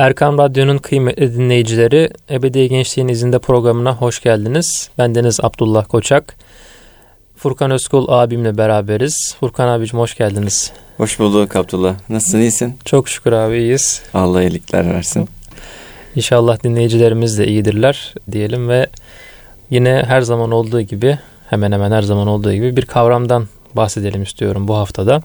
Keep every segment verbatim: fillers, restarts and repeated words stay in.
Erkam Radyo'nun kıymetli dinleyicileri, Ebedi Gençliğin İzinde programına hoş geldiniz. Bendeniz Abdullah Koçak. Furkan Özkul abimle beraberiz. Furkan abicim hoş geldiniz. Hoş bulduk Abdullah. Nasılsın, iyisin? Çok şükür abi, iyiyiz. Allah iyilikler versin. İnşallah dinleyicilerimiz de iyidirler diyelim ve yine her zaman olduğu gibi, hemen hemen her zaman olduğu gibi bir kavramdan bahsedelim istiyorum bu haftada.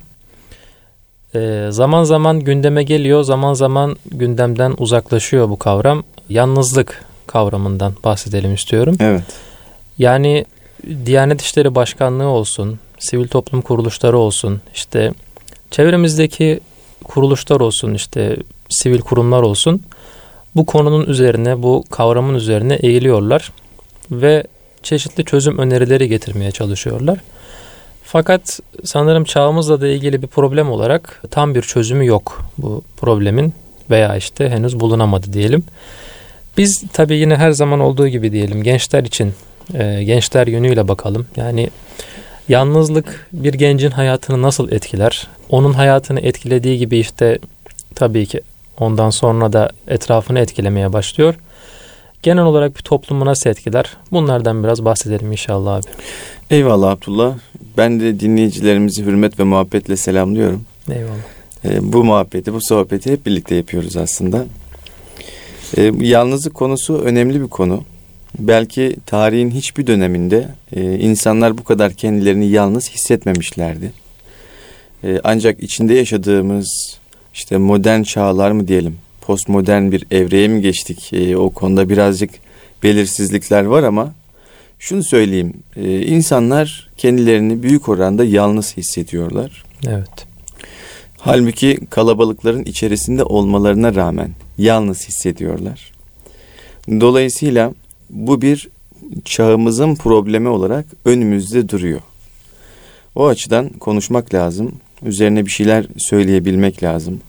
Ee, zaman zaman gündeme geliyor, zaman zaman gündemden uzaklaşıyor bu kavram. Yalnızlık kavramından bahsedelim istiyorum. Evet. Yani Diyanet İşleri Başkanlığı olsun, sivil toplum kuruluşları olsun, işte çevremizdeki kuruluşlar olsun, işte sivil kurumlar olsun, bu konunun üzerine, bu kavramın üzerine eğiliyorlar ve çeşitli çözüm önerileri getirmeye çalışıyorlar. Fakat sanırım çağımızla da ilgili bir problem olarak tam bir çözümü yok bu problemin veya işte henüz bulunamadı diyelim. Biz tabii yine her zaman olduğu gibi diyelim gençler için, e, gençler yönüyle bakalım. Yani yalnızlık bir gencin hayatını nasıl etkiler? Onun hayatını etkilediği gibi işte tabii ki ondan sonra da etrafını etkilemeye başlıyor. Genel olarak bir toplumu nasıl etkiler? Bunlardan biraz bahsedelim inşallah abi. Eyvallah Abdullah. Ben de dinleyicilerimizi hürmet ve muhabbetle selamlıyorum. Eyvallah. Ee, bu muhabbeti, bu sohbeti hep birlikte yapıyoruz aslında. Ee, yalnızlık konusu önemli bir konu. Belki tarihin hiçbir döneminde e, insanlar bu kadar kendilerini yalnız hissetmemişlerdi. E, ancak içinde yaşadığımız işte modern çağlar mı diyelim, postmodern bir evreye mi geçtik? E, o konuda birazcık belirsizlikler var ama şunu söyleyeyim, e, insanlar kendilerini büyük oranda yalnız hissediyorlar. Evet. Halbuki kalabalıkların içerisinde olmalarına rağmen yalnız hissediyorlar. Dolayısıyla bu bir çağımızın problemi olarak önümüzde duruyor. O açıdan konuşmak lazım, üzerine bir şeyler söyleyebilmek lazım.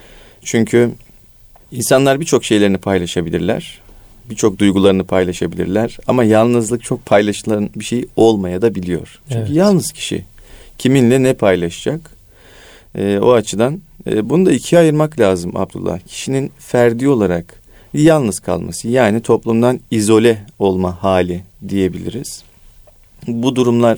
Çünkü insanlar birçok şeylerini paylaşabilirler, birçok duygularını paylaşabilirler ama yalnızlık çok paylaşılan bir şey olmaya da biliyor. Çünkü evet. Yalnız kişi kiminle ne paylaşacak? Ee, o açıdan e, bunu da ikiye ayırmak lazım Abdullah. Kişinin ferdi olarak yalnız kalması, yani toplumdan izole olma hali diyebiliriz. Bu durumlar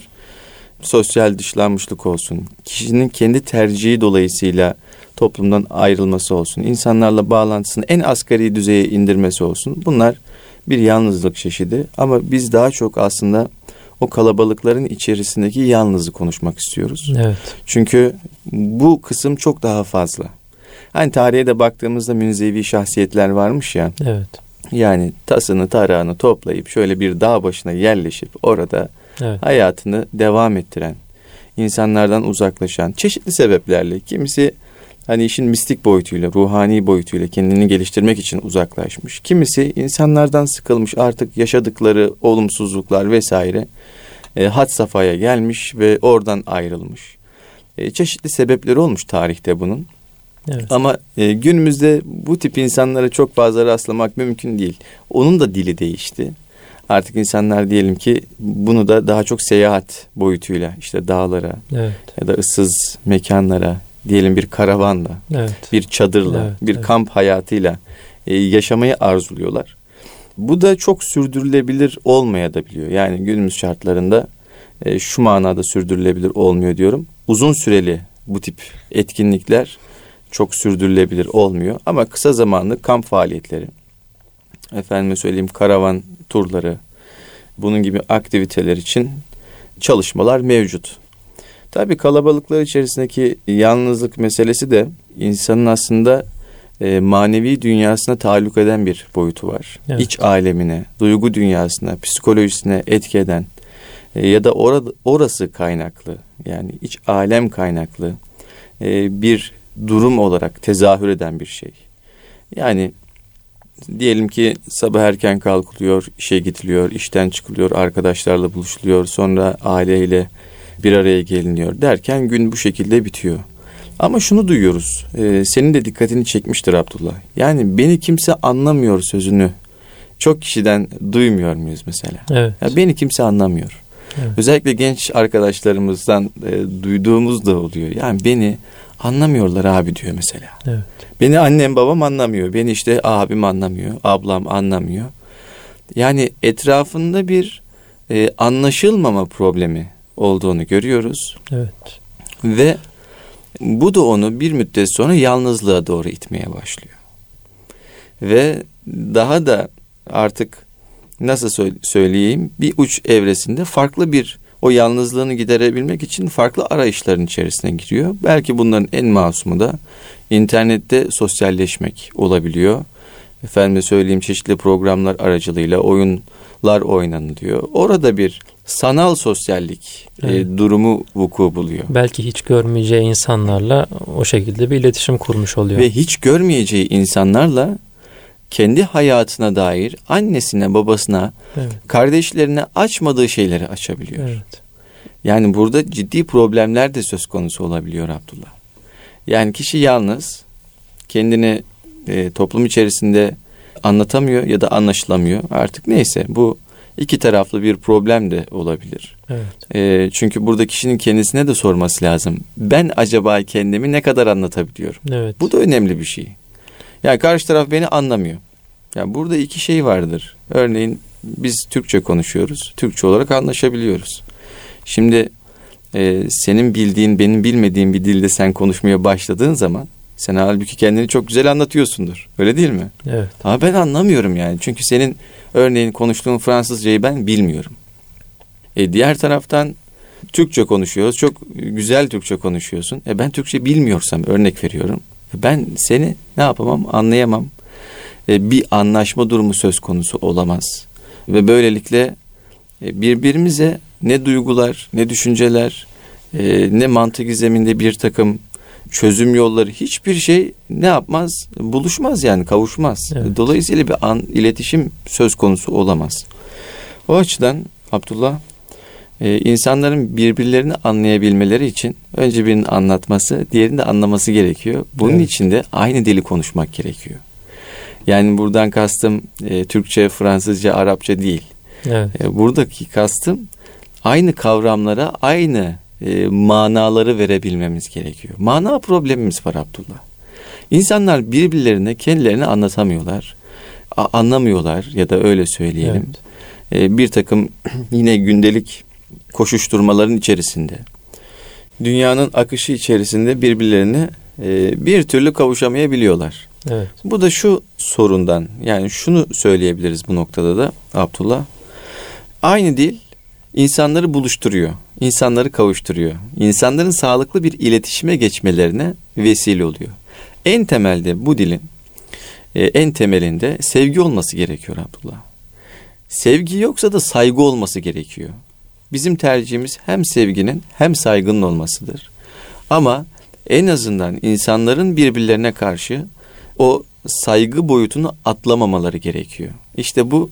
sosyal dışlanmışlık olsun, kişinin kendi tercihi dolayısıyla toplumdan ayrılması olsun, insanlarla bağlantısını en asgari düzeye indirmesi olsun. Bunlar bir yalnızlık çeşidi ama biz daha çok aslında o kalabalıkların içerisindeki yalnızlığı konuşmak istiyoruz. Evet. Çünkü bu kısım çok daha fazla. Hani tarihe de baktığımızda münzevi şahsiyetler varmış ya. Evet. Yani tasını tarağını toplayıp şöyle bir dağ başına yerleşip orada evet. hayatını devam ettiren, insanlardan uzaklaşan, çeşitli sebeplerle, kimisi hani işin mistik boyutuyla, ruhani boyutuyla kendini geliştirmek için uzaklaşmış. Kimisi insanlardan sıkılmış, artık yaşadıkları olumsuzluklar vesaire e, had safhaya gelmiş ve oradan ayrılmış. E, çeşitli sebepleri olmuş tarihte bunun. Evet. Ama e, günümüzde bu tip insanlara çok fazla rastlamak mümkün değil. Onun da dili değişti. Artık insanlar diyelim ki bunu da daha çok seyahat boyutuyla, işte dağlara evet. ya da ıssız mekanlara, diyelim bir karavanla, evet. bir çadırla, evet, bir evet. kamp hayatıyla e, yaşamayı arzuluyorlar. Bu da çok sürdürülebilir olmayabiliyor. Yani günümüz şartlarında e, şu manada sürdürülebilir olmuyor diyorum. Uzun süreli bu tip etkinlikler çok sürdürülebilir olmuyor. Ama kısa zamanlı kamp faaliyetleri, efendime söyleyeyim karavan turları, bunun gibi aktiviteler için çalışmalar mevcut. Tabii kalabalıklar içerisindeki yalnızlık meselesi de insanın aslında e, manevi dünyasına taalluk eden bir boyutu var. Evet. İç alemine, duygu dünyasına, psikolojisine etki eden e, ya da orada, orası kaynaklı, yani iç alem kaynaklı e, bir durum olarak tezahür eden bir şey. Yani diyelim ki sabah erken kalkılıyor, işe gidiliyor, işten çıkılıyor, arkadaşlarla buluşuluyor, sonra aileyle bir araya geliniyor derken gün bu şekilde bitiyor. Ama şunu duyuyoruz, e, senin de dikkatini çekmiştir Abdullah. Yani beni kimse anlamıyor sözünü çok kişiden duymuyor muyuz mesela? Evet. Ya beni kimse anlamıyor. Evet. Özellikle genç arkadaşlarımızdan e, duyduğumuz da oluyor. Yani beni Anlamıyorlar abi diyor mesela. Evet. Beni annem babam anlamıyor. Beni işte abim anlamıyor. Ablam anlamıyor. Yani etrafında bir e, anlaşılmama problemi olduğunu görüyoruz. Evet. Ve bu da onu bir müddet sonra yalnızlığa doğru itmeye başlıyor. Ve daha da artık nasıl söyleyeyim, bir uç evresinde farklı bir, o yalnızlığını giderebilmek için farklı arayışların içerisine giriyor. Belki bunların en masumu da internette sosyalleşmek olabiliyor. Efendime söyleyeyim, çeşitli programlar aracılığıyla oyunlar oynanılıyor. Orada bir sanal sosyallik evet. e, durumu vuku buluyor. Belki hiç görmeyeceği insanlarla o şekilde bir iletişim kurmuş oluyor. Ve hiç görmeyeceği insanlarla kendi hayatına dair annesine, babasına, evet. kardeşlerine açmadığı şeyleri açabiliyor. Evet. Yani burada ciddi problemler de söz konusu olabiliyor Abdullah. Yani kişi yalnız, kendini e, toplum içerisinde anlatamıyor ya da anlaşılamıyor. Artık neyse, bu iki taraflı bir problem de olabilir. Evet. E, çünkü burada kişinin kendisine de sorması lazım. Ben acaba kendimi ne kadar anlatabiliyorum? Evet. Bu da önemli bir şey. Yani karşı taraf beni anlamıyor. Yani burada iki şey vardır. Örneğin biz Türkçe konuşuyoruz. Türkçe olarak anlaşabiliyoruz. Şimdi e, senin bildiğin, benim bilmediğim bir dilde sen konuşmaya başladığın zaman sen halbuki kendini çok güzel anlatıyorsundur. Öyle değil mi? Evet. Ama ben anlamıyorum yani. Çünkü senin örneğin konuştuğun Fransızcayı ben bilmiyorum. E, diğer taraftan Türkçe konuşuyoruz. Çok güzel Türkçe konuşuyorsun. E, ben Türkçe bilmiyorsam, örnek veriyorum, ben seni ne yapamam, anlayamam. E, bir anlaşma durumu söz konusu olamaz. Ve böylelikle e, birbirimize ne duygular, ne düşünceler, e, ne mantık gizeminde bir takım çözüm yolları, hiçbir şey ne yapmaz? Buluşmaz yani, kavuşmaz. Evet. Dolayısıyla bir an, iletişim söz konusu olamaz. O açıdan Abdullah, e, insanların birbirlerini anlayabilmeleri için önce birinin anlatması, diğerinin de anlaması gerekiyor. Bunun evet. için de aynı dili konuşmak gerekiyor. Yani buradan kastım e, Türkçe, Fransızca, Arapça değil. Evet. E, buradaki kastım aynı kavramlara aynı e, manaları verebilmemiz gerekiyor. Mana problemimiz var Abdullah. İnsanlar birbirlerine kendilerini anlatamıyorlar. A- anlamıyorlar ya da öyle söyleyelim. Evet. E, bir takım yine gündelik koşuşturmaların içerisinde, dünyanın akışı içerisinde birbirlerine e, bir türlü kavuşamayabiliyorlar. Evet. Bu da şu sorundan, yani şunu söyleyebiliriz bu noktada da Abdullah. Aynı dil insanları buluşturuyor, insanları kavuşturuyor. İnsanların sağlıklı bir iletişime geçmelerine vesile oluyor. En temelde bu dilin e, en temelinde sevgi olması gerekiyor Abdullah. Sevgi yoksa da saygı olması gerekiyor. Bizim tercihimiz hem sevginin hem saygının olmasıdır. Ama en azından insanların birbirlerine karşı o saygı boyutunu atlamamaları gerekiyor. İşte bu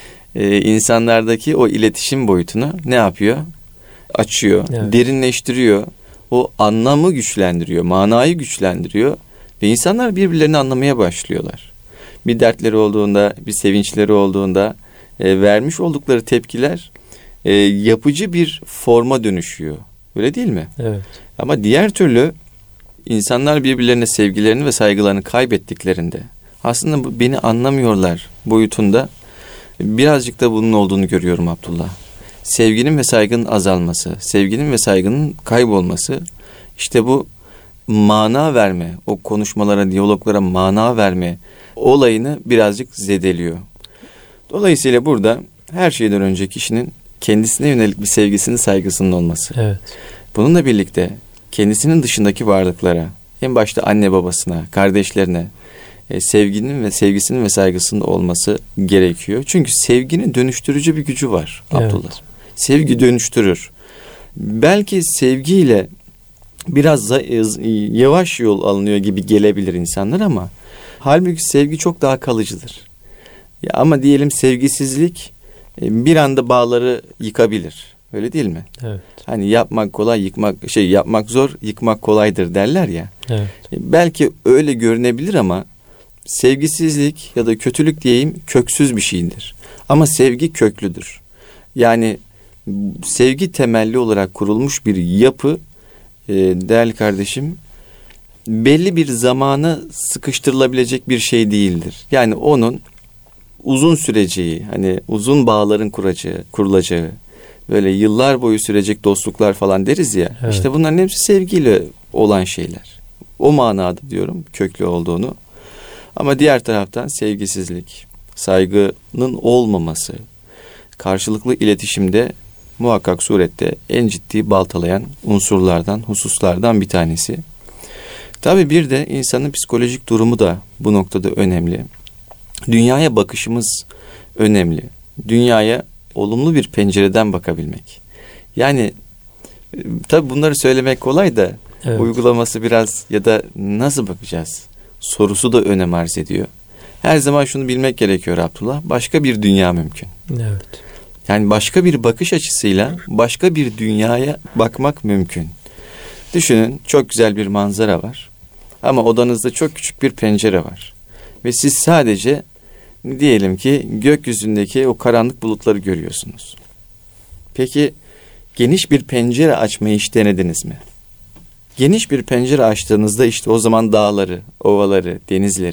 e, insanlardaki o iletişim boyutunu ne yapıyor? Açıyor, evet. derinleştiriyor. O anlamı güçlendiriyor, manayı güçlendiriyor ve insanlar birbirlerini anlamaya başlıyorlar. Bir dertleri olduğunda, bir sevinçleri olduğunda e, vermiş oldukları tepkiler e, yapıcı bir forma dönüşüyor. Öyle değil mi? Evet. Ama diğer türlü İnsanlar birbirlerine sevgilerini ve saygılarını kaybettiklerinde aslında bu, beni anlamıyorlar boyutunda birazcık da bunun olduğunu görüyorum Abdullah. Sevginin ve saygının azalması, sevginin ve saygının kaybolması, işte bu mana verme, o konuşmalara, diyaloglara mana verme olayını birazcık zedeliyor. Dolayısıyla burada her şeyden önce kişinin kendisine yönelik bir sevgisinin, saygısının olması. Evet. Bununla birlikte kendisinin dışındaki varlıklara, en başta anne babasına, kardeşlerine e, sevginin ve sevgisinin ve saygısının olması gerekiyor. Çünkü sevginin dönüştürücü bir gücü var Abdullah. Evet. Sevgi dönüştürür. Belki sevgiyle biraz yavaş yol alınıyor gibi gelebilir insanlar ama halbuki sevgi çok daha kalıcıdır. Ya ama diyelim sevgisizlik e, bir anda bağları yıkabilir. Öyle değil mi? Evet. Hani yapmak kolay, yıkmak şey yapmak zor, yıkmak kolaydır derler ya. Evet. Belki öyle görünebilir ama sevgisizlik ya da kötülük diyeyim köksüz bir şeydir. Ama sevgi köklüdür. Yani sevgi temelli olarak kurulmuş bir yapı e, değerli kardeşim belli bir zamana sıkıştırılabilecek bir şey değildir. Yani onun uzun süreceği, hani uzun bağların kuracağı, kurulacağı, böyle yıllar boyu sürecek dostluklar falan deriz ya. Evet. İşte bunların hepsi sevgiyle olan şeyler. O manada diyorum köklü olduğunu. Ama diğer taraftan sevgisizlik, saygının olmaması, karşılıklı iletişimde muhakkak surette en ciddi baltalayan unsurlardan, hususlardan bir tanesi. Tabii bir de insanın psikolojik durumu da bu noktada önemli. Dünyaya bakışımız önemli. Dünyaya olumlu bir pencereden bakabilmek. Yani tabii bunları söylemek kolay da evet. Uygulaması biraz ya da nasıl bakacağız sorusu da önem arz ediyor. Her zaman şunu bilmek gerekiyor Abdullah. Başka bir dünya mümkün. Evet. Yani başka bir bakış açısıyla başka bir dünyaya bakmak mümkün. Düşünün çok güzel bir manzara var. Ama odanızda çok küçük bir pencere var. Ve siz sadece diyelim ki gökyüzündeki o karanlık bulutları görüyorsunuz. Peki geniş bir pencere açmayı hiç denediniz mi? Geniş bir pencere açtığınızda işte o zaman dağları, ovaları, denizleri,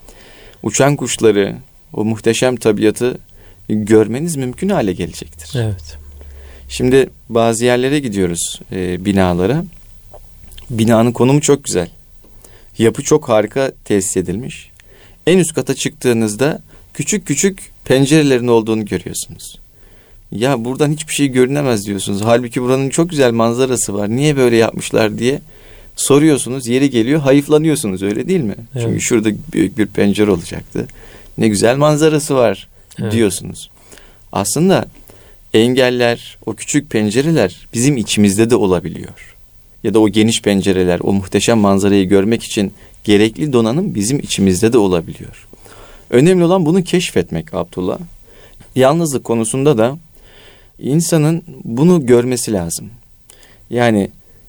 uçan kuşları, o muhteşem tabiatı görmeniz mümkün hale gelecektir. Evet. Şimdi bazı yerlere gidiyoruz, e, binalara. Binanın konumu çok güzel. Yapı çok harika tesis edilmiş. En üst kata çıktığınızda küçük küçük pencerelerin olduğunu görüyorsunuz. Ya buradan hiçbir şey görünemez diyorsunuz. Halbuki buranın çok güzel manzarası var. Niye böyle yapmışlar diye soruyorsunuz. Yeri geliyor hayıflanıyorsunuz, öyle değil mi? Evet. Çünkü şurada büyük bir pencere olacaktı. Ne güzel manzarası var, evet, diyorsunuz. Aslında engeller, o küçük pencereler bizim içimizde de olabiliyor. Ya da o geniş pencereler, o muhteşem manzarayı görmek için gerekli donanım bizim içimizde de olabiliyor. Önemli olan bunu keşfetmek Abdullah. Yalnızlık konusunda da insanın bunu görmesi lazım. Yani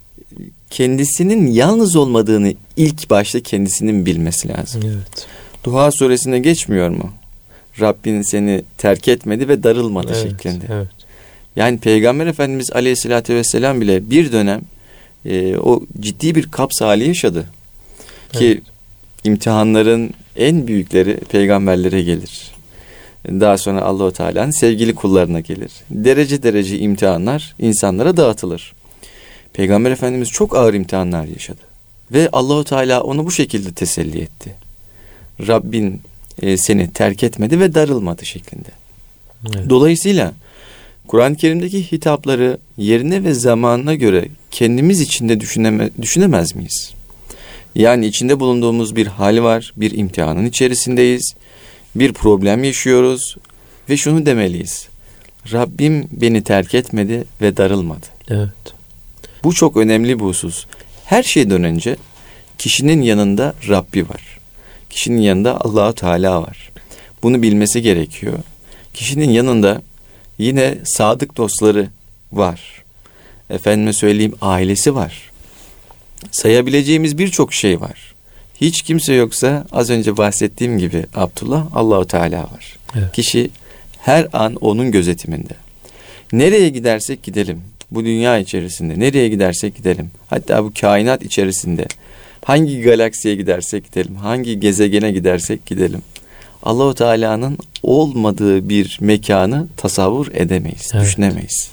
kendisinin yalnız olmadığını ilk başta kendisinin bilmesi lazım. Evet. Duha suresinde geçmiyor mu? Rabbin seni terk etmedi ve darılmadı, evet, şeklinde. Evet. Yani Peygamber Efendimiz Aleyhisselatü Vesselam bile bir dönem e, o ciddi bir kaps hali yaşadı. Ki evet, imtihanların en büyükleri peygamberlere gelir. Daha sonra Allah-u Teala'nın sevgili kullarına gelir. Derece derece imtihanlar insanlara dağıtılır. Peygamber Efendimiz çok ağır imtihanlar yaşadı. Ve Allah-u Teala onu bu şekilde teselli etti. Rabbin e, seni terk etmedi ve darılmadı şeklinde. Evet. Dolayısıyla Kur'an-ı Kerim'deki hitapları yerine ve zamanına göre kendimiz içinde düşüneme, düşünemez miyiz? Yani içinde bulunduğumuz bir hal var, bir imtihanın içerisindeyiz, bir problem yaşıyoruz ve şunu demeliyiz: Rabbim beni terk etmedi ve darılmadı. Evet. Bu çok önemli bir husus. Her şeyden önce kişinin yanında Rabbi var. Kişinin yanında Allah-u Teala var. Bunu bilmesi gerekiyor. Kişinin yanında yine sadık dostları var. Efendime söyleyeyim, ailesi var. Sayabileceğimiz birçok şey var. Hiç kimse yoksa az önce bahsettiğim gibi Abdullah, Allah-u Teala var. Evet. Kişi her an onun gözetiminde. Nereye gidersek gidelim, bu dünya içerisinde nereye gidersek gidelim, hatta bu kainat içerisinde hangi galaksiye gidersek gidelim, hangi gezegene gidersek gidelim, Allah-u Teala'nın olmadığı bir mekanı tasavvur edemeyiz, evet, düşünemeyiz.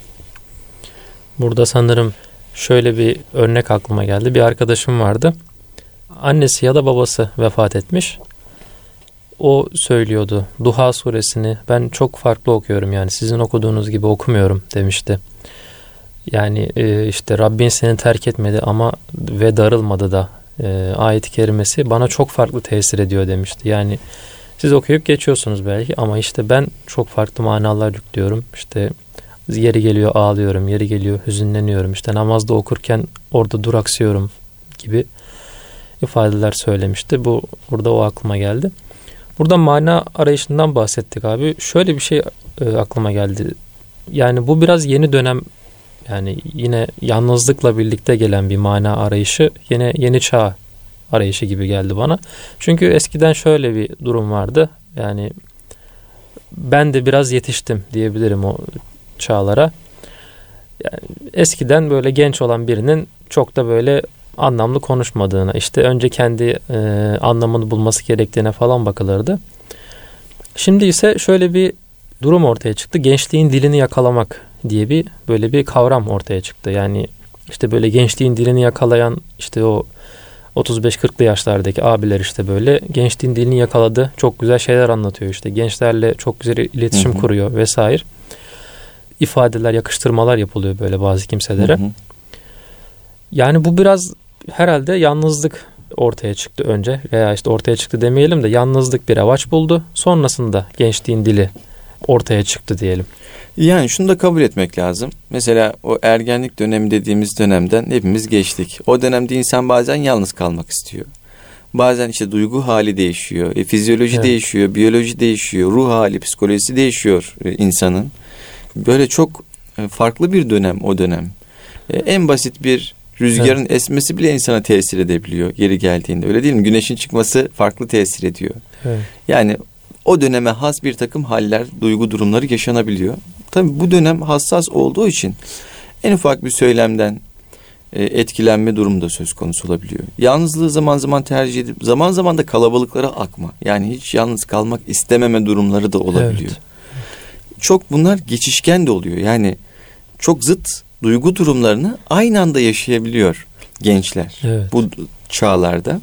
Burada sanırım şöyle bir örnek aklıma geldi. Bir arkadaşım vardı. Annesi ya da babası vefat etmiş. O söylüyordu. Duha suresini ben çok farklı okuyorum, yani sizin okuduğunuz gibi okumuyorum demişti. Yani e, işte Rabbin seni terk etmedi ama ve darılmadı da e, ayet-i kerimesi bana çok farklı tesir ediyor demişti. Yani siz okuyup geçiyorsunuz belki ama işte ben çok farklı manalar yüklüyorum. İşte yeri geliyor ağlıyorum, yeri geliyor hüzünleniyorum. İşte namazda okurken orada duraksıyorum gibi ifadeler söylemişti. Bu burada o aklıma geldi. Burada mana arayışından bahsettik abi. Şöyle bir şey e, aklıma geldi. Yani bu biraz yeni dönem, yani yine yalnızlıkla birlikte gelen bir mana arayışı, yine yeni çağ arayışı gibi geldi bana. Çünkü eskiden şöyle bir durum vardı. Yani ben de biraz yetiştim diyebilirim o çağlara. Yani eskiden böyle genç olan birinin çok da böyle anlamlı konuşmadığına, işte önce kendi e, anlamını bulması gerektiğine falan bakılırdı. Şimdi ise şöyle bir durum ortaya çıktı. Gençliğin dilini yakalamak diye bir böyle bir kavram ortaya çıktı. Yani işte böyle gençliğin dilini yakalayan işte o otuz beş kırklı yaşlardaki abiler işte böyle gençliğin dilini yakaladı. Çok güzel şeyler anlatıyor işte. Gençlerle çok güzel iletişim hı hı. kuruyor vesaire. İfadeler, yakıştırmalar yapılıyor böyle bazı kimselere. Hı hı. Yani bu biraz herhalde yalnızlık ortaya çıktı önce, veya işte ortaya çıktı demeyelim de yalnızlık bir avaç buldu. Sonrasında gençliğin dili ortaya çıktı diyelim. Yani şunu da kabul etmek lazım. Mesela o ergenlik dönemi dediğimiz dönemden hepimiz geçtik. O dönemde insan bazen yalnız kalmak istiyor. Bazen işte duygu hali değişiyor, e, fizyoloji evet. değişiyor, biyoloji değişiyor, ruh hali, psikolojisi değişiyor e, insanın. Böyle çok e, farklı bir dönem o dönem. E, en basit bir rüzgarın evet. esmesi bile insana tesir edebiliyor yeri geldiğinde. Öyle değil mi? Güneşin çıkması farklı tesir ediyor. Evet. Yani o döneme has bir takım haller, duygu durumları yaşanabiliyor. Tabii bu dönem hassas olduğu için en ufak bir söylemden e, etkilenme durumu da söz konusu olabiliyor. Yalnızlığı zaman zaman tercih edip zaman zaman da kalabalıklara akma. Yani hiç yalnız kalmak istememe durumları da olabiliyor. Evet. Çok bunlar geçişken de oluyor. Yani çok zıt duygu durumlarını aynı anda yaşayabiliyor gençler evet. bu çağlarda.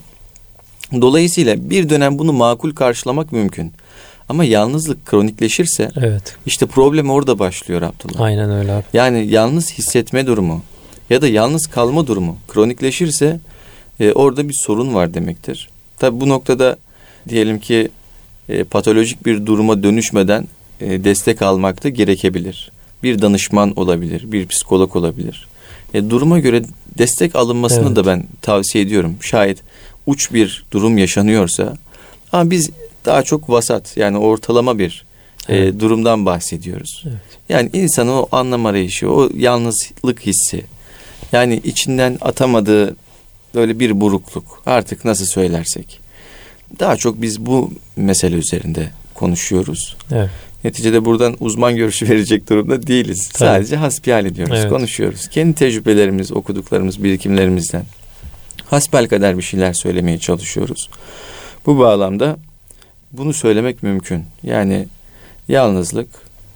Dolayısıyla bir dönem bunu makul karşılamak mümkün. Ama yalnızlık kronikleşirse evet. işte problem orada başlıyor Abdullah. Aynen öyle abi. Yani yalnız hissetme durumu ya da yalnız kalma durumu kronikleşirse e, orada bir sorun var demektir. Tabii bu noktada diyelim ki e, patolojik bir duruma dönüşmeden e, destek almak da gerekebilir. Bir danışman olabilir, bir psikolog olabilir. E, duruma göre destek alınmasını evet. da ben tavsiye ediyorum. Şayet uç bir durum yaşanıyorsa, ama biz daha çok vasat, yani ortalama bir evet. e, durumdan bahsediyoruz. Evet. Yani insanın o anlam arayışı, o yalnızlık hissi, yani içinden atamadığı böyle bir burukluk, artık nasıl söylersek. Daha çok biz bu mesele üzerinde konuşuyoruz. Evet. Neticede buradan uzman görüşü verecek durumda değiliz. Tabii. Sadece hasbihal ediyoruz, evet. konuşuyoruz. Kendi tecrübelerimiz, okuduklarımız, birikimlerimizden hasbelkader bir şeyler söylemeye çalışıyoruz. Bu bağlamda bunu söylemek mümkün. Yani yalnızlık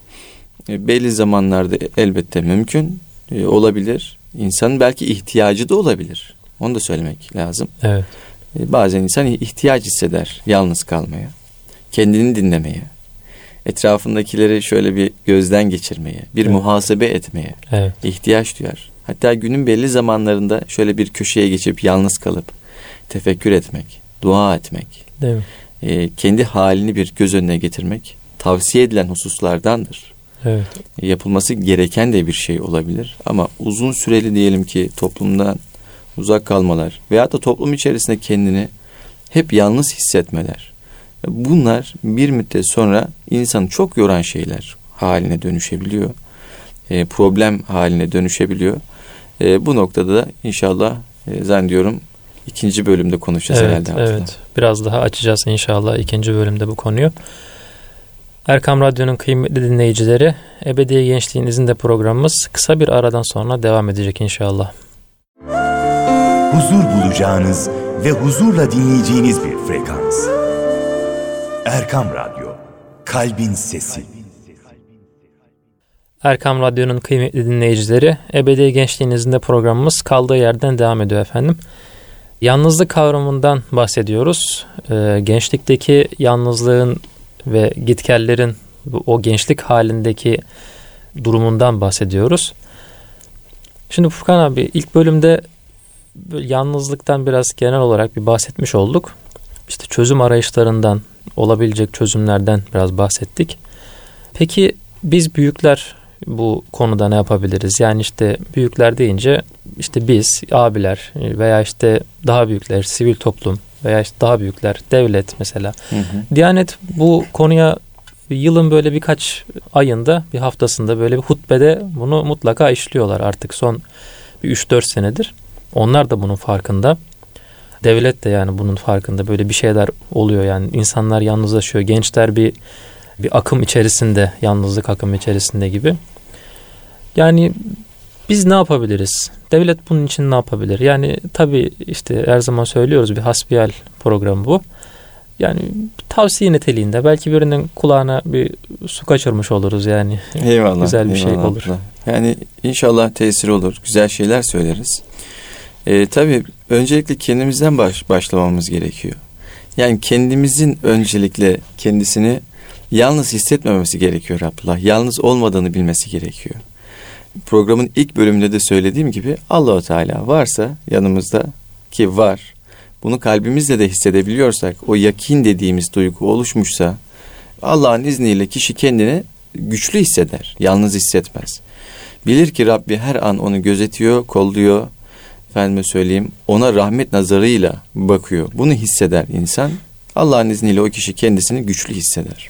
e, belli zamanlarda elbette mümkün e, olabilir. İnsanın belki ihtiyacı da olabilir. Onu da söylemek lazım. Evet. E, bazen insan ihtiyaç hisseder yalnız kalmaya, kendini dinlemeye, etrafındakileri şöyle bir gözden geçirmeye, bir evet. muhasebe etmeye evet. ihtiyaç duyar. Hatta günün belli zamanlarında şöyle bir köşeye geçip yalnız kalıp tefekkür etmek, dua etmek, değil mi? E, kendi halini bir göz önüne getirmek tavsiye edilen hususlardandır. Evet. E, yapılması gereken de bir şey olabilir. Ama uzun süreli diyelim ki toplumdan uzak kalmalar veyahut da toplum içerisinde kendini hep yalnız hissetmeler. Bunlar bir müddet sonra insanı çok yoran şeyler haline dönüşebiliyor. E, problem haline dönüşebiliyor. E, bu noktada da inşallah e, zannediyorum ikinci bölümde konuşacağız evet, herhalde. Evet, biraz daha açacağız inşallah ikinci bölümde bu konuyu. Erkam Radyo'nun kıymetli dinleyicileri, Ebedi Gençliğin İzinde programımız kısa bir aradan sonra devam edecek inşallah. Huzur bulacağınız ve huzurla dinleyeceğiniz bir frekans. Erkam Radyo, Kalbin Sesi. Erkam Radyo'nun kıymetli dinleyicileri, Ebedi Gençliğin İzinde programımız kaldığı yerden devam ediyor efendim. Yalnızlık kavramından bahsediyoruz. Ee, gençlikteki yalnızlığın ve gitgellerin o gençlik halindeki durumundan bahsediyoruz. Şimdi Furkan abi, ilk bölümde yalnızlıktan biraz genel olarak bir bahsetmiş olduk. İşte çözüm arayışlarından, olabilecek çözümlerden biraz bahsettik. Peki biz büyükler bu konuda ne yapabiliriz? Yani işte büyükler deyince işte biz, abiler veya işte daha büyükler, sivil toplum veya işte daha büyükler, devlet mesela. Hı hı. Diyanet bu konuya yılın böyle birkaç ayında, bir haftasında böyle bir hutbede bunu mutlaka işliyorlar artık son bir üç dört senedir. Onlar da bunun farkında. Devlet de yani bunun farkında. Böyle bir şeyler oluyor yani. İnsanlar yalnızlaşıyor. Gençler bir bir akım içerisinde, yalnızlık akımı içerisinde gibi. Yani biz ne yapabiliriz? Devlet bunun için ne yapabilir? Yani tabii işte her zaman söylüyoruz, bir hasbihal programı bu. Yani tavsiye niteliğinde, belki birinin kulağına bir su kaçırmış oluruz yani. Eyvallah. Güzel bir eyvallah şey olur. abla. Yani inşallah tesir olur. Güzel şeyler söyleriz. Ee, tabii öncelikle kendimizden baş, başlamamız gerekiyor. Yani kendimizin öncelikle kendisini yalnız hissetmemesi gerekiyor Abdullah. Yalnız olmadığını bilmesi gerekiyor. Programın ilk bölümünde de söylediğim gibi Allah-u Teala varsa yanımızda, ki var, bunu kalbimizle de hissedebiliyorsak, o yakin dediğimiz duygu oluşmuşsa, Allah'ın izniyle kişi kendini güçlü hisseder, yalnız hissetmez. Bilir ki Rabbi her an onu gözetiyor, kolluyor, efendime söyleyeyim, ona rahmet nazarıyla bakıyor. Bunu hisseder insan. Allah'ın izniyle o kişi kendisini güçlü hisseder.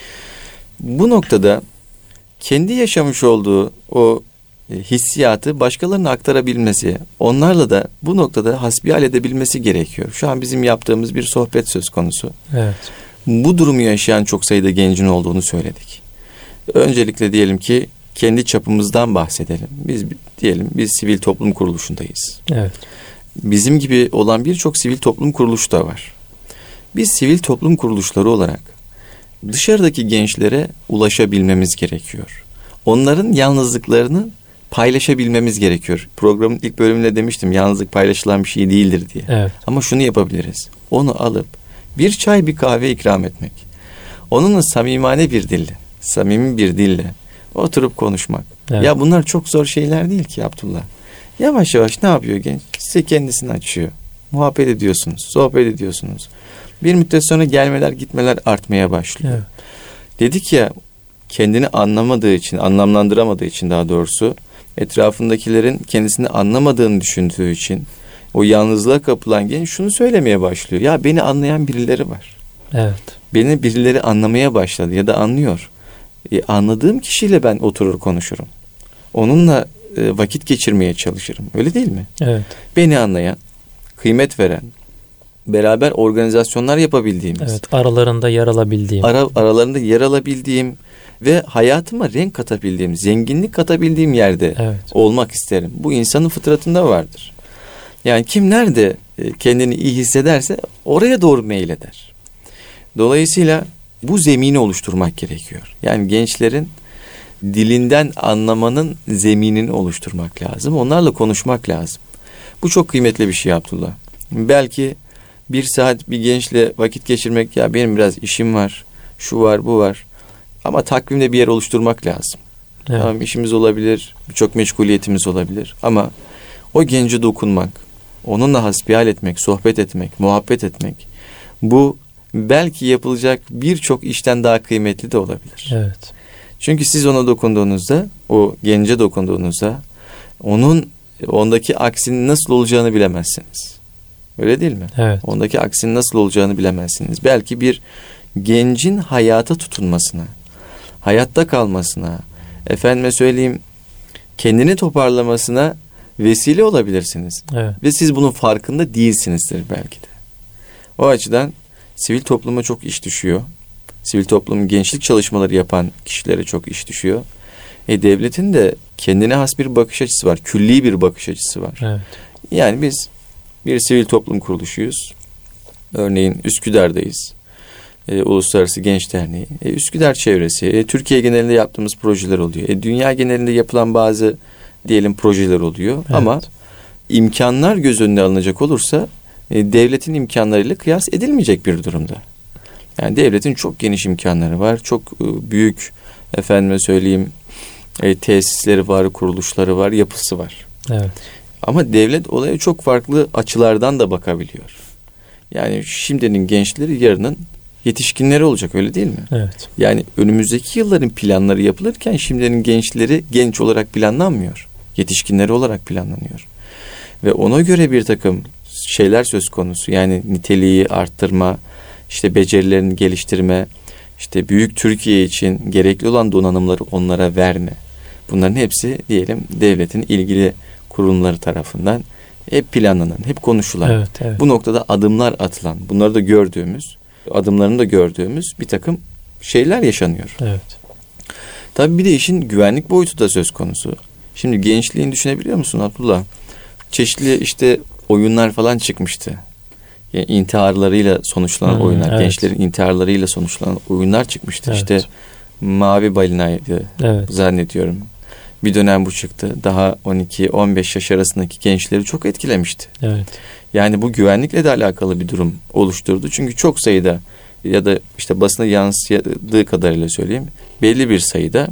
Bu noktada kendi yaşamış olduğu o hissiyatı başkalarına aktarabilmesi, onlarla da bu noktada hasbihal edebilmesi gerekiyor. Şu an bizim yaptığımız bir sohbet söz konusu. Evet. Bu durumu yaşayan çok sayıda gencin olduğunu söyledik. Öncelikle diyelim ki kendi çapımızdan bahsedelim. Biz diyelim biz sivil toplum kuruluşundayız. Evet. Bizim gibi olan birçok sivil toplum kuruluşu da var. Biz sivil toplum kuruluşları olarak dışarıdaki gençlere ulaşabilmemiz gerekiyor. Onların yalnızlıklarını paylaşabilmemiz gerekiyor. Programın ilk bölümünde demiştim, yalnızlık paylaşılan bir şey değildir diye. Evet. Ama şunu yapabiliriz. Onu alıp bir çay bir kahve ikram etmek. Onunla samimane bir dille, samimi bir dille oturup konuşmak. Evet. Ya bunlar çok zor şeyler değil ki Abdullah. Yavaş yavaş ne yapıyor genç? Size kendisini açıyor. Muhabbet ediyorsunuz, sohbet ediyorsunuz. Bir müddet sonra gelmeler gitmeler artmaya başlıyor. Evet. Dedik ya, kendini anlamadığı için, anlamlandıramadığı için daha doğrusu, etrafındakilerin kendisini anlamadığını düşündüğü için o yalnızlığa kapılan genç şunu söylemeye başlıyor. Ya beni anlayan birileri var. Evet. Beni birileri anlamaya başladı ya da anlıyor. E, anladığım kişiyle ben oturur konuşurum. Onunla e, vakit geçirmeye çalışırım. Öyle değil mi? Evet. Beni anlayan, kıymet veren, beraber organizasyonlar yapabildiğimiz, Evet, aralarında yer alabildiğim. Ara, aralarında yer alabildiğim ve hayatıma renk katabildiğim, zenginlik katabildiğim yerde Evet. olmak isterim. Bu insanın fıtratında vardır. Yani kim nerede kendini iyi hissederse oraya doğru meyleder. Dolayısıyla bu zemini oluşturmak gerekiyor. Yani gençlerin dilinden anlamanın zeminini oluşturmak lazım. Onlarla konuşmak lazım. Bu çok kıymetli bir şey Abdullah. Belki bir saat bir gençle vakit geçirmek, ya benim biraz işim var, şu var, bu var. Ama takvimde bir yer oluşturmak lazım. Evet. Tamam, işimiz olabilir, birçok meşguliyetimiz olabilir. Ama o gence dokunmak, onunla hasbihal etmek, sohbet etmek, muhabbet etmek, bu belki yapılacak birçok işten daha kıymetli de olabilir. Evet. Çünkü siz ona dokunduğunuzda, o gence dokunduğunuzda, onun ondaki aksinin nasıl olacağını bilemezsiniz. Öyle değil mi? Evet. Ondaki aksinin nasıl olacağını bilemezsiniz. Belki bir gencin hayata tutunmasına, hayatta kalmasına, efendime söyleyeyim, kendini toparlamasına vesile olabilirsiniz. Evet. Ve siz bunun farkında değilsinizdir belki de. O açıdan sivil topluma çok iş düşüyor. Sivil toplumun gençlik çalışmaları yapan kişilere çok iş düşüyor. E devletin de kendine has bir bakış açısı var. Külli bir bakış açısı var. Evet. Yani biz bir sivil toplum kuruluşuyuz. Örneğin Üsküdar'dayız. E, Uluslararası Genç Derneği. E, Üsküdar çevresi. E, Türkiye genelinde yaptığımız projeler oluyor. E, dünya genelinde yapılan bazı diyelim projeler oluyor. Evet. Ama imkanlar göz önüne alınacak olursa e, devletin imkanlarıyla kıyas edilmeyecek bir durumda. Yani devletin çok geniş imkanları var. Çok e, büyük, efendime söyleyeyim, e, tesisleri var, kuruluşları var, yapısı var. Evet. Ama devlet olaya çok farklı açılardan da bakabiliyor. Yani şimdinin gençleri yarının yetişkinleri olacak, öyle değil mi? Evet. Yani önümüzdeki yılların planları yapılırken şimdinin gençleri genç olarak planlanmıyor. Yetişkinleri olarak planlanıyor. Ve ona göre bir takım şeyler söz konusu. Yani niteliği arttırma, işte becerilerini geliştirme, işte büyük Türkiye için gerekli olan donanımları onlara verme. Bunların hepsi diyelim devletin ilgili kurumları tarafından hep planlanan, hep konuşulan, Evet, evet. bu noktada adımlar atılan, bunları da gördüğümüz, adımlarını da gördüğümüz bir takım şeyler yaşanıyor. Evet. Tabii bir de işin güvenlik boyutu da söz konusu. Şimdi gençliğin düşünebiliyor musun Abdullah? Çeşitli işte oyunlar falan çıkmıştı. Yani intiharlarıyla sonuçlanan hmm, oyunlar, evet. Gençlerin intiharlarıyla sonuçlanan oyunlar çıkmıştı. Evet. İşte Mavi Balina'ydı evet. zannediyorum. Bir dönem bu çıktı. Daha on iki on beş yaş arasındaki gençleri çok etkilemişti. Evet. Yani bu güvenlikle de alakalı bir durum oluşturdu. Çünkü çok sayıda ya da işte basına yansıdığı kadarıyla söyleyeyim, belli bir sayıda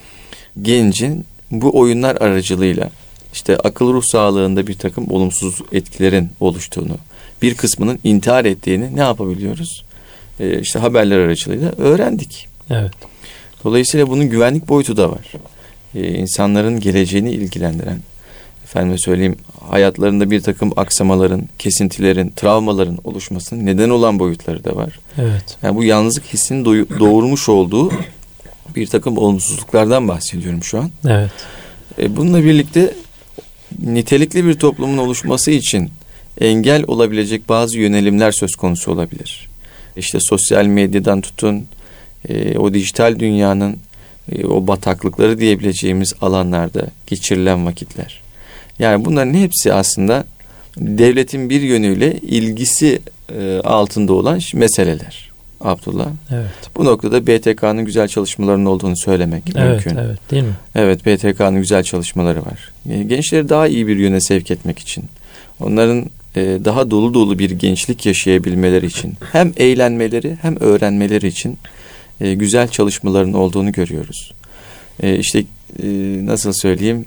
gencin bu oyunlar aracılığıyla işte akıl ruh sağlığında bir takım olumsuz etkilerin oluştuğunu, bir kısmının intihar ettiğini ne yapabiliyoruz? Ee, işte haberler aracılığıyla öğrendik. Evet. Dolayısıyla bunun güvenlik boyutu da var. Ee, insanların geleceğini ilgilendiren, efendime söyleyeyim, hayatlarında bir takım aksamaların, kesintilerin, travmaların oluşmasının neden olan boyutları da var. Evet. Yani bu yalnızlık hissinin doğurmuş olduğu bir takım olumsuzluklardan bahsediyorum şu an. Evet. Ee, bununla birlikte nitelikli bir toplumun oluşması için engel olabilecek bazı yönelimler söz konusu olabilir. İşte sosyal medyadan tutun, e, o dijital dünyanın e, o bataklıkları diyebileceğimiz alanlarda geçirilen vakitler. Yani bunların hepsi aslında devletin bir yönüyle ilgisi e, altında olan meseleler Abdullah. Evet. Bu noktada B T K'nın güzel çalışmalarının olduğunu söylemek evet, mümkün. Evet, değil mi? Evet, B T K'nın güzel çalışmaları var. Gençleri daha iyi bir yöne sevk etmek için, onların e, daha dolu dolu bir gençlik yaşayabilmeleri için, hem eğlenmeleri hem öğrenmeleri için e, güzel çalışmaların olduğunu görüyoruz. E, işte e, nasıl söyleyeyim,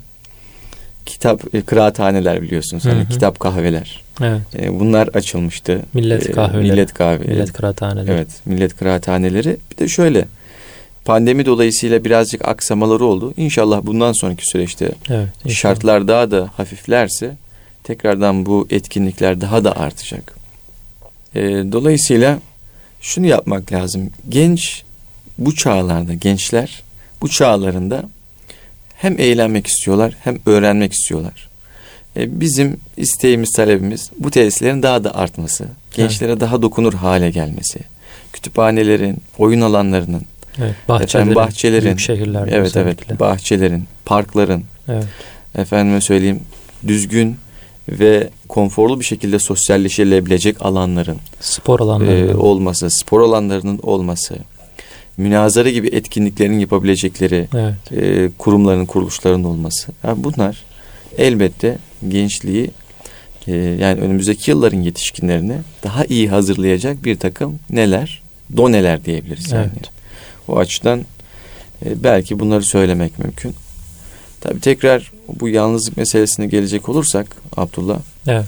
kitap, e, kıraathaneler biliyorsunuz, hani kitap kahveler. Evet. E, bunlar açılmıştı. Millet kahveleri. E, millet kahveleri. Millet kıraathaneleri. Evet, millet kıraathaneleri. Bir de şöyle, pandemi dolayısıyla birazcık aksamaları oldu. İnşallah bundan sonraki süreçte evet, şartlar daha da hafiflerse tekrardan bu etkinlikler daha da artacak. E, dolayısıyla şunu yapmak lazım. Genç bu çağlarda, gençler bu çağlarında hem eğlenmek istiyorlar hem öğrenmek istiyorlar. E, bizim isteğimiz, talebimiz bu tesislerin daha da artması, gençlere evet. daha dokunur hale gelmesi, kütüphanelerin, oyun alanlarının, evet, bahçelerin, efendim, bahçelerin, büyük şehirlerde evet özellikle. evet, bahçelerin, parkların, evet. efendime söyleyeyim, düzgün ve konforlu bir şekilde sosyalleşilebilecek alanların, spor alanlarının e, olması, spor alanlarının olması, münazara gibi etkinliklerin yapabilecekleri evet. e, kurumların, kuruluşların olması. Yani bunlar elbette gençliği e, yani önümüzdeki yılların yetişkinlerini daha iyi hazırlayacak bir takım neler, doneler diyebiliriz yani. Evet. O açıdan e, belki bunları söylemek mümkün. Tabii tekrar bu yalnızlık meselesine gelecek olursak Abdullah. Evet.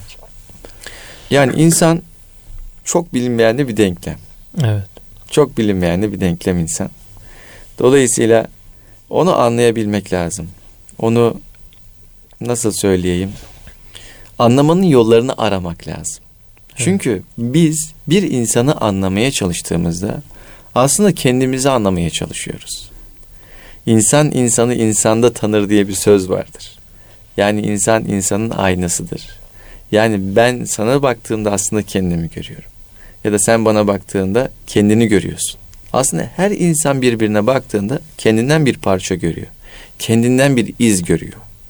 Yani insan çok bilinmeyen de bir denklem. Evet. Çok bilinmeyen de bir denklem insan. Dolayısıyla onu anlayabilmek lazım. Onu nasıl söyleyeyim? Anlamanın yollarını aramak lazım. Evet. Çünkü biz bir insanı anlamaya çalıştığımızda aslında kendimizi anlamaya çalışıyoruz. İnsan insanı insanda tanır diye bir söz vardır. Yani insan insanın aynasıdır. Yani ben sana baktığımda aslında kendimi görüyorum. Ya da sen bana baktığında kendini görüyorsun. Aslında her insan birbirine baktığında kendinden bir parça görüyor. Kendinden bir iz görüyor.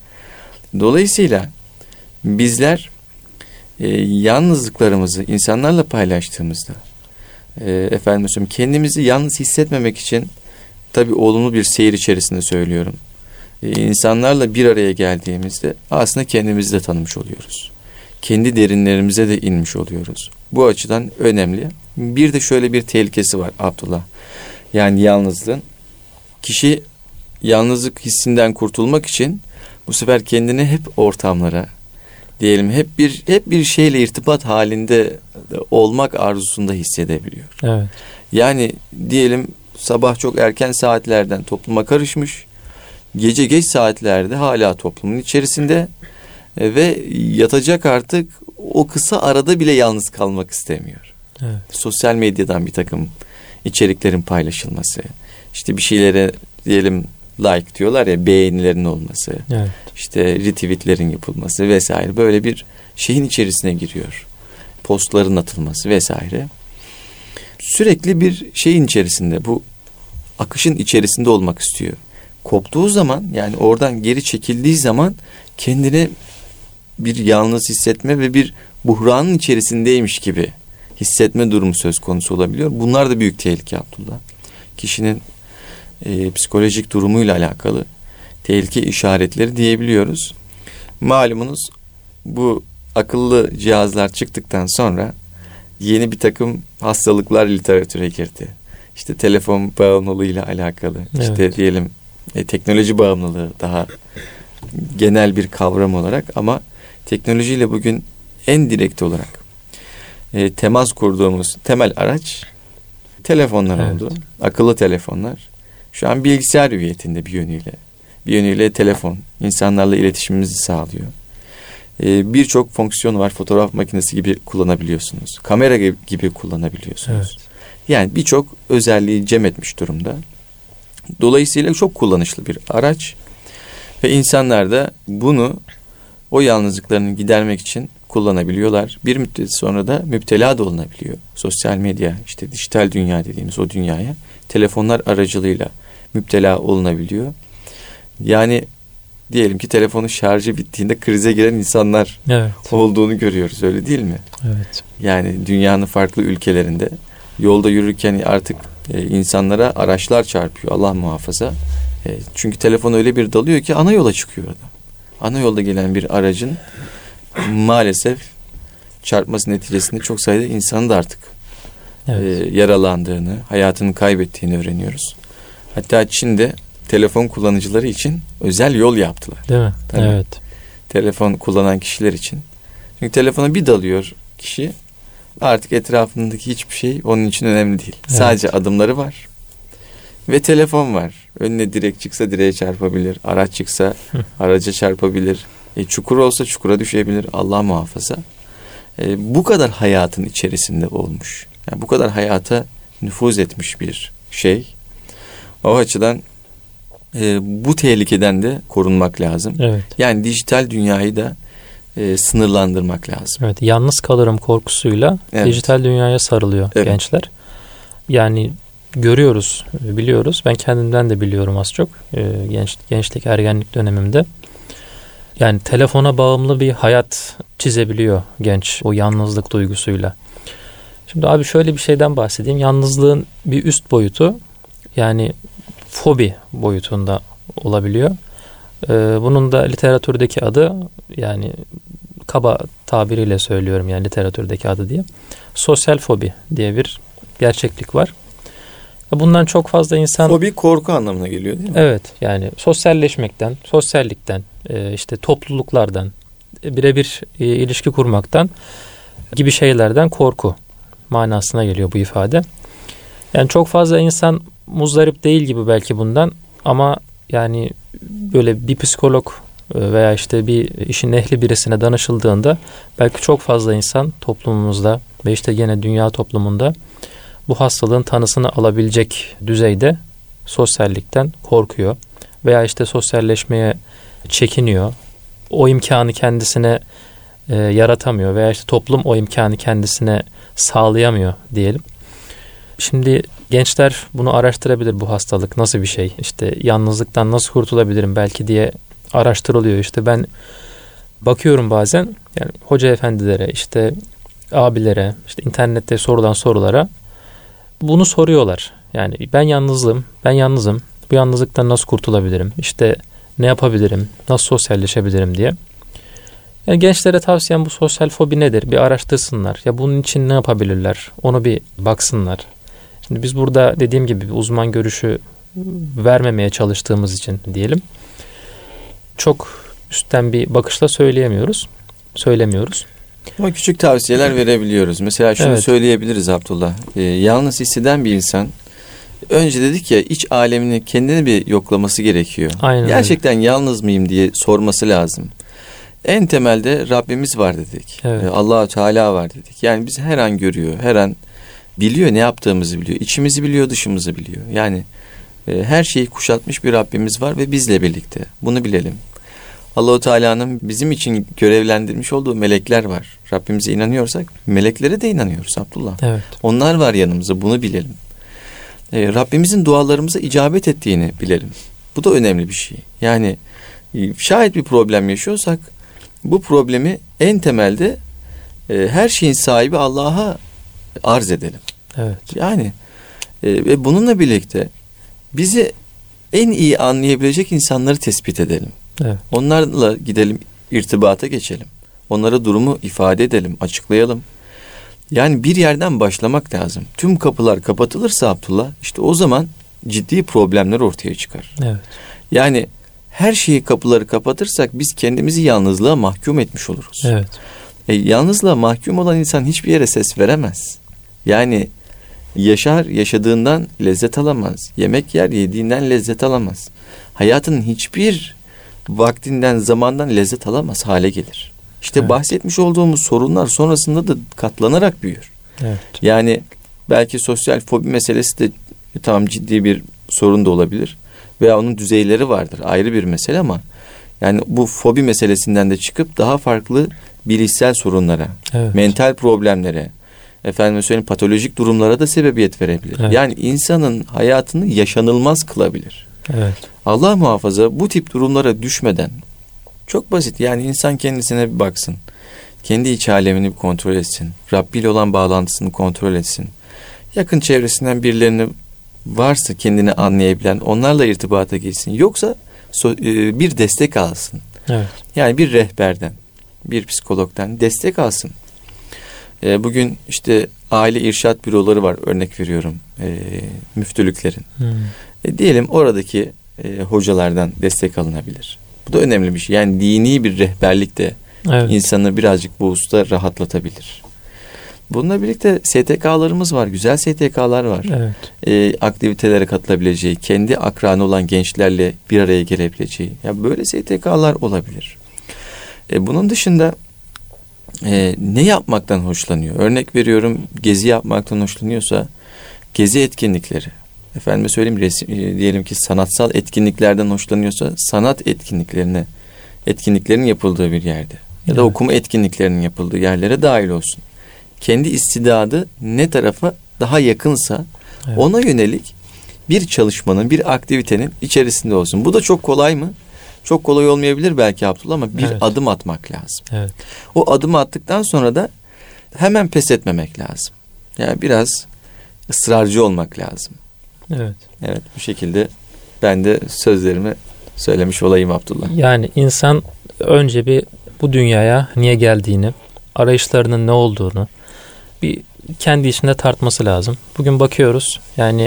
Dolayısıyla bizler e, yalnızlıklarımızı insanlarla paylaştığımızda e, efendim söyleyeyim, kendimizi yalnız hissetmemek için tabii olumlu bir seyir içerisinde söylüyorum. E, insanlarla bir araya geldiğimizde aslında kendimizi de tanımış oluyoruz. Kendi derinlerimize de inmiş oluyoruz. Bu açıdan önemli. Bir de şöyle bir tehlikesi var Abdullah. Yani yalnızlığın. Kişi yalnızlık hissinden kurtulmak için bu sefer kendini hep ortamlara, diyelim hep bir hep bir şeyle irtibat halinde olmak arzusunda hissedebiliyor. Evet. Yani diyelim sabah çok erken saatlerden topluma karışmış, gece geç saatlerde hala toplumun içerisinde ve yatacak artık o kısa arada bile yalnız kalmak istemiyor. Evet. Sosyal medyadan bir takım içeriklerin paylaşılması, işte bir şeylere diyelim like diyorlar ya, beğenilerin olması, evet. işte retweetlerin yapılması vesaire, böyle bir şeyin içerisine giriyor. Postların atılması vesaire. Sürekli bir şeyin içerisinde, bu akışın içerisinde olmak istiyor. koptuğu zaman, yani oradan geri çekildiği zaman kendini bir yalnız hissetme ve bir buhranın içerisindeymiş gibi hissetme durumu söz konusu olabiliyor. Bunlar da büyük tehlike Abdullah. Kişinin e, psikolojik durumuyla alakalı tehlike işaretleri diyebiliyoruz. Malumunuz bu akıllı cihazlar çıktıktan sonra yeni bir takım hastalıklar literatüre girdi. İşte telefon bağımlılığıyla alakalı, evet. işte diyelim e, teknoloji bağımlılığı daha genel bir kavram olarak, ama teknolojiyle bugün en direkt olarak e, temas kurduğumuz temel araç telefonlar evet. oldu. Akıllı telefonlar. Şu an bilgisayar hüviyetinde bir yönüyle. Bir yönüyle telefon insanlarla iletişimimizi sağlıyor. Ee, birçok fonksiyonu var. Fotoğraf makinesi gibi kullanabiliyorsunuz. Kamera gibi, gibi kullanabiliyorsunuz. Evet. Yani birçok özelliği cem etmiş durumda. Dolayısıyla çok kullanışlı bir araç. Ve insanlar da bunu o yalnızlıklarını gidermek için kullanabiliyorlar. Bir müddet sonra da müptela da olunabiliyor. Sosyal medya, işte dijital dünya dediğimiz o dünyaya telefonlar aracılığıyla müptela olunabiliyor. Yani diyelim ki telefonun şarjı bittiğinde krize giren insanlar evet. olduğunu görüyoruz, öyle değil mi? Evet. Yani dünyanın farklı ülkelerinde yolda yürürken artık e, insanlara araçlar çarpıyor, Allah muhafaza. E, çünkü telefon öyle bir dalıyor ki ana yola çıkıyor adam. Ana yolda gelen bir aracın maalesef çarpması neticesinde çok sayıda insanın da artık evet. e, yaralandığını, hayatını kaybettiğini öğreniyoruz. Hatta Çin'de telefon kullanıcıları için özel yol yaptılar. Değil mi? Tabii. Evet. Telefon kullanan kişiler için. Çünkü telefona bir dalıyor kişi, artık etrafındaki hiçbir şey onun için önemli değil. Evet. Sadece adımları var ve telefon var. Önüne direk çıksa direğe çarpabilir. Araç çıksa Hı. araca çarpabilir. E, çukur olsa çukura düşebilir. Allah muhafaza. E, bu kadar hayatın içerisinde olmuş. Yani bu kadar hayata nüfuz etmiş bir şey. O açıdan e, bu tehlikeden de korunmak lazım. Evet. Yani dijital dünyayı da e, sınırlandırmak lazım. Evet, yalnız kalırım korkusuyla evet. dijital dünyaya sarılıyor evet. gençler. Yani görüyoruz, biliyoruz. Ben kendimden de biliyorum az çok. E, genç gençlik, ergenlik dönemimde. Yani telefona bağımlı bir hayat çizebiliyor genç o yalnızlık duygusuyla. Şimdi abi şöyle bir şeyden bahsedeyim. Yalnızlığın bir üst boyutu, yani fobi boyutunda olabiliyor. Ee, bunun da literatürdeki adı, yani kaba tabiriyle söylüyorum, yani literatürdeki adı diye, sosyal fobi diye bir gerçeklik var. Bundan çok fazla insan... Fobi korku anlamına geliyor değil mi? Evet, yani sosyalleşmekten, sosyallikten, işte topluluklardan, birebir ilişki kurmaktan gibi şeylerden korku manasına geliyor bu ifade. Yani çok fazla insan muzdarip değil gibi belki bundan, ama yani böyle bir psikolog veya işte bir işin ehli birisine danışıldığında belki çok fazla insan toplumumuzda ve işte yine dünya toplumunda bu hastalığın tanısını alabilecek düzeyde sosyallikten korkuyor veya işte sosyalleşmeye çekiniyor. O imkanı kendisine e, yaratamıyor veya işte toplum o imkanı kendisine sağlayamıyor diyelim. Şimdi gençler bunu araştırabilir, bu hastalık nasıl bir şey, işte yalnızlıktan nasıl kurtulabilirim belki diye araştırılıyor. İşte ben bakıyorum bazen, yani hoca efendilere, işte abilere, işte internette sorulan sorulara bunu soruyorlar. Yani ben yalnızım, ben yalnızım, bu yalnızlıktan nasıl kurtulabilirim, işte ne yapabilirim, nasıl sosyalleşebilirim diye. Yani gençlere tavsiyem bu sosyal fobi nedir? Bir araştırsınlar. Ya bunun için ne yapabilirler? Onu bir baksınlar. Şimdi biz burada dediğim gibi bir uzman görüşü vermemeye çalıştığımız için diyelim, çok üstten bir bakışla söyleyemiyoruz. Söylemiyoruz. Ama küçük tavsiyeler verebiliyoruz. Mesela şunu evet. söyleyebiliriz Abdullah. Ee, yalnız hisseden bir insan, önce dedik ya, iç alemini kendini bir yoklaması gerekiyor. Aynen Gerçekten öyle. Yalnız mıyım diye sorması lazım. En temelde Rabbimiz var dedik. Evet. Allah-u Teala var dedik. Yani bizi her an görüyor, her an biliyor, ne yaptığımızı biliyor. İçimizi biliyor, dışımızı biliyor. Yani e, her şeyi kuşatmış bir Rabbimiz var ve bizle birlikte. Bunu bilelim. Allah-u Teala'nın bizim için görevlendirmiş olduğu melekler var. Rabbimize inanıyorsak meleklere de inanıyoruz Abdullah. Evet. Onlar var yanımızda, bunu bilelim. E, Rabbimizin dualarımıza icabet ettiğini bilelim. Bu da önemli bir şey. Yani şayet bir problem yaşıyorsak bu problemi en temelde e, her şeyin sahibi Allah'a arz edelim. Evet. Yani e, ve bununla birlikte bizi en iyi anlayabilecek insanları tespit edelim. Evet. Onlarla gidelim, irtibata geçelim. Onlara durumu ifade edelim, açıklayalım. Yani bir yerden başlamak lazım. Tüm kapılar kapatılırsa Abdullah, işte o zaman ciddi problemler ortaya çıkar. Evet. Yani her şeyi, kapıları kapatırsak biz kendimizi yalnızlığa mahkum etmiş oluruz. Evet. E, yalnızlığa mahkum olan insan hiçbir yere ses veremez. Yani yaşar, yaşadığından lezzet alamaz. Yemek yer, yediğinden lezzet alamaz. Hayatının hiçbir vaktinden, zamandan lezzet alamaz hale gelir. İşte evet. bahsetmiş olduğumuz sorunlar sonrasında da katlanarak büyür. Evet. Yani belki sosyal fobi meselesi de tamam ciddi bir sorun da olabilir. Veya onun düzeyleri vardır. Ayrı bir mesele ama yani bu fobi meselesinden de çıkıp daha farklı bilişsel sorunlara, evet. mental problemlere, efendim söyleyeyim patolojik durumlara da sebebiyet verebilir. Evet. Yani insanın hayatını yaşanılmaz kılabilir. Evet. Allah muhafaza bu tip durumlara düşmeden çok basit. Yani insan kendisine bir baksın. Kendi iç alemini bir kontrol etsin. Rabbi ile olan bağlantısını kontrol etsin. Yakın çevresinden birilerini varsa kendini anlayabilen onlarla irtibata geçsin. Yoksa so, e, bir destek alsın. Evet. Yani bir rehberden, bir psikologdan destek alsın. E, bugün işte aile irşat büroları var, örnek veriyorum. E, müftülüklerin. Hmm. E, diyelim oradaki e, hocalardan destek alınabilir. Bu da önemli bir şey. Yani dini bir rehberlik de evet. insanı birazcık bu hususta rahatlatabilir. Bununla birlikte S T K'larımız var. Güzel S T K'lar var. Evet. E, aktivitelere katılabileceği, kendi akranı olan gençlerle bir araya gelebileceği. Ya böyle S T K'lar olabilir. E, bunun dışında e, ne yapmaktan hoşlanıyor? Örnek veriyorum, gezi yapmaktan hoşlanıyorsa gezi etkinlikleri. Efendime söyleyeyim, resim, e, diyelim ki sanatsal etkinliklerden hoşlanıyorsa sanat etkinliklerine, etkinliklerin yapıldığı bir yerde. Ya da evet. okuma etkinliklerinin yapıldığı yerlere dahil olsun. Kendi istidadı ne tarafa daha yakınsa evet. ona yönelik bir çalışmanın, bir aktivitenin içerisinde olsun. Bu da çok kolay mı? Çok kolay olmayabilir belki Abdullah ama bir evet. adım atmak lazım. Evet. O adımı attıktan sonra da hemen pes etmemek lazım. Yani biraz ısrarcı olmak lazım. Evet. Evet, bu şekilde ben de sözlerimi söylemiş olayım Abdullah. Yani insan önce bir bu dünyaya niye geldiğini, arayışlarının ne olduğunu bir kendi içinde tartması lazım. Bugün bakıyoruz yani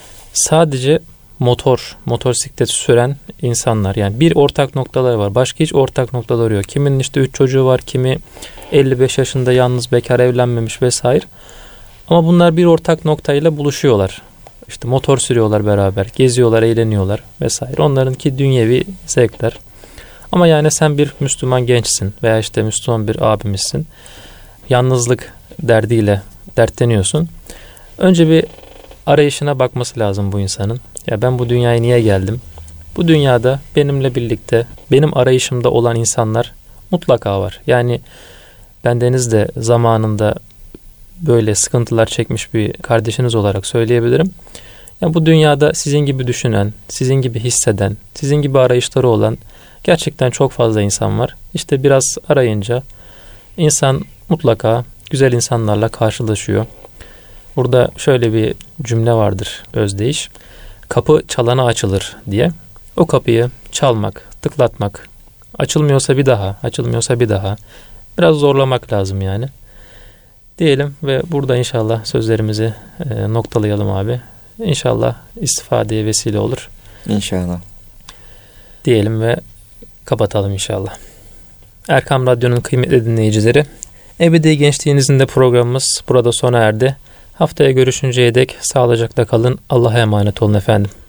sadece motor, motosiklet süren insanlar, yani bir ortak noktaları var. Başka hiç ortak noktaları yok. Kiminin işte üç çocuğu var, kimi elli beş yaşında yalnız, bekar, evlenmemiş vesaire. Ama bunlar bir ortak noktayla buluşuyorlar. İşte motor sürüyorlar beraber, geziyorlar, eğleniyorlar vesaire. Onlarınki dünyevi zevkler. Ama yani sen bir Müslüman gençsin veya işte Müslüman bir abimizsin. Yalnızlık derdiyle dertleniyorsun. Önce bir arayışına bakması lazım bu insanın. Ya ben bu dünyaya niye geldim? Bu dünyada benimle birlikte benim arayışımda olan insanlar mutlaka var. Yani bendeniz de zamanında böyle sıkıntılar çekmiş bir kardeşiniz olarak söyleyebilirim. Yani bu dünyada sizin gibi düşünen, sizin gibi hisseden, sizin gibi arayışları olan gerçekten çok fazla insan var. İşte biraz arayınca insan mutlaka güzel insanlarla karşılaşıyor. Burada şöyle bir cümle vardır, özdeyiş. Kapı çalana açılır diye. O kapıyı çalmak, tıklatmak, açılmıyorsa bir daha, açılmıyorsa bir daha. Biraz zorlamak lazım yani. Diyelim ve burada inşallah sözlerimizi e, noktalayalım abi. İnşallah istifadeye vesile olur. İnşallah. Diyelim ve kapatalım inşallah. Erkam Radyo'nun kıymetli dinleyicileri, Ebedi Gençliğinizin de programımız burada sona erdi. Haftaya görüşünceye dek sağlıcakla kalın. Allah'a emanet olun efendim.